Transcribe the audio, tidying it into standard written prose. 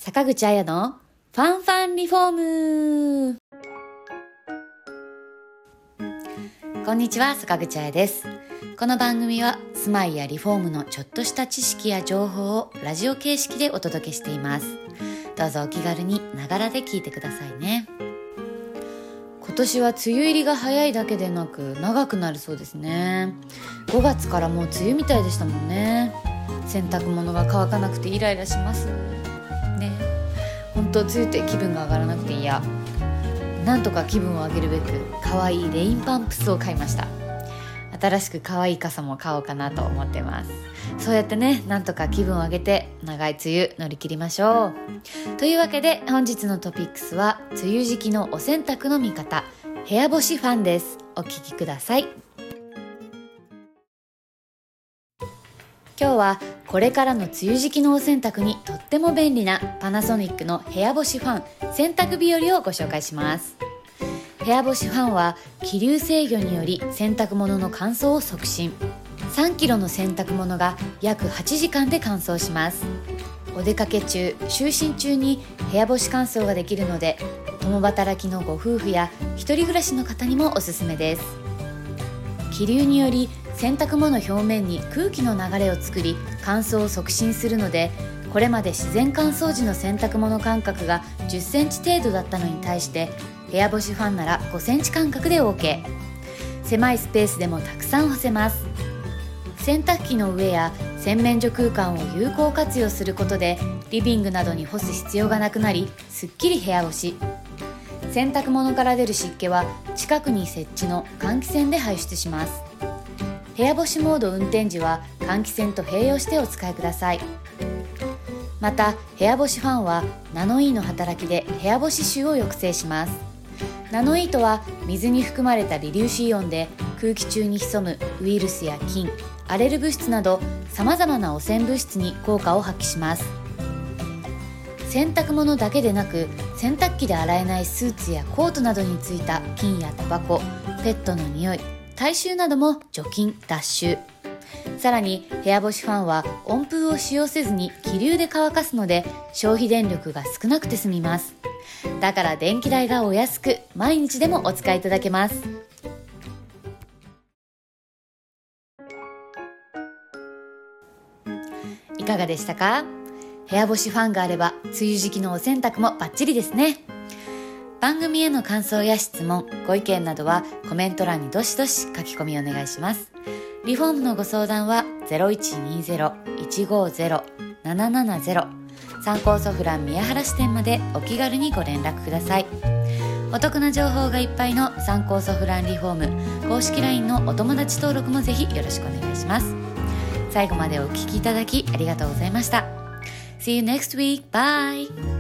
坂口彩のファンファンリフォーム。こんにちは、坂口彩です。この番組は住まいやリフォームのちょっとした知識や情報をラジオ形式でお届けしています。どうぞお気軽にながらで聞いてくださいね。今年は梅雨入りが早いだけでなく長くなるそうですね。5月からもう梅雨みたいでしたもんね。洗濯物が乾かなくてイライラしますね。本当梅雨って気分が上がらなくて嫌。なんとか気分を上げるべく可愛いレインパンプスを買いました。新しく可愛い傘も買おうかなと思ってます。そうやってね、なんとか気分を上げて長い梅雨乗り切りましょう。というわけで本日のトピックスは梅雨時期のお洗濯の見方、部屋干しファンです。お聞きください。今日はこれからの梅雨時期のお洗濯にとっても便利なパナソニックの部屋干しファン洗濯日和をご紹介します。部屋干しファンは気流制御により洗濯物の乾燥を促進。3キロの洗濯物が約8時間で乾燥します。お出かけ中、就寝中に部屋干し乾燥ができるので、共働きのご夫婦や一人暮らしの方にもおすすめです。気流により洗濯物表面に空気の流れを作り乾燥を促進するので、これまで自然乾燥時の洗濯物間隔が10センチ程度だったのに対して部屋干しファンなら5センチ間隔で OK。 狭いスペースでもたくさん干せます。洗濯機の上や洗面所空間を有効活用することでリビングなどに干す必要がなくなり、すっきり部屋干し。洗濯物から出る湿気は近くに設置の換気扇で排出します。部屋干しモード運転時は換気扇と併用してお使いください。また部屋干しファンはナノイーの働きで部屋干し臭を抑制します。ナノイーとは水に含まれた微粒子イオンで空気中に潜むウイルスや菌、アレル物質などさまざまな汚染物質に効果を発揮します。洗濯物だけでなく洗濯機で洗えないスーツやコートなどについた菌やタバコ、ペットの匂い、体臭なども除菌・脱臭。さらに部屋干しファンは温風を使用せずに気流で乾かすので消費電力が少なくて済みます。だから電気代がお安く毎日でもお使いいただけます。いかがでしたか？部屋干しファンがあれば梅雨時期のお洗濯もバッチリですね。番組への感想や質問、ご意見などはコメント欄にどしどし書き込みお願いします。リフォームのご相談は 0120-150-770 参考ソフラン宮原支店までお気軽にご連絡ください。お得な情報がいっぱいの参考ソフランリフォーム公式 LINE のお友達登録もぜひよろしくお願いします。最後までお聞きいただきありがとうございました。See you next week. Bye!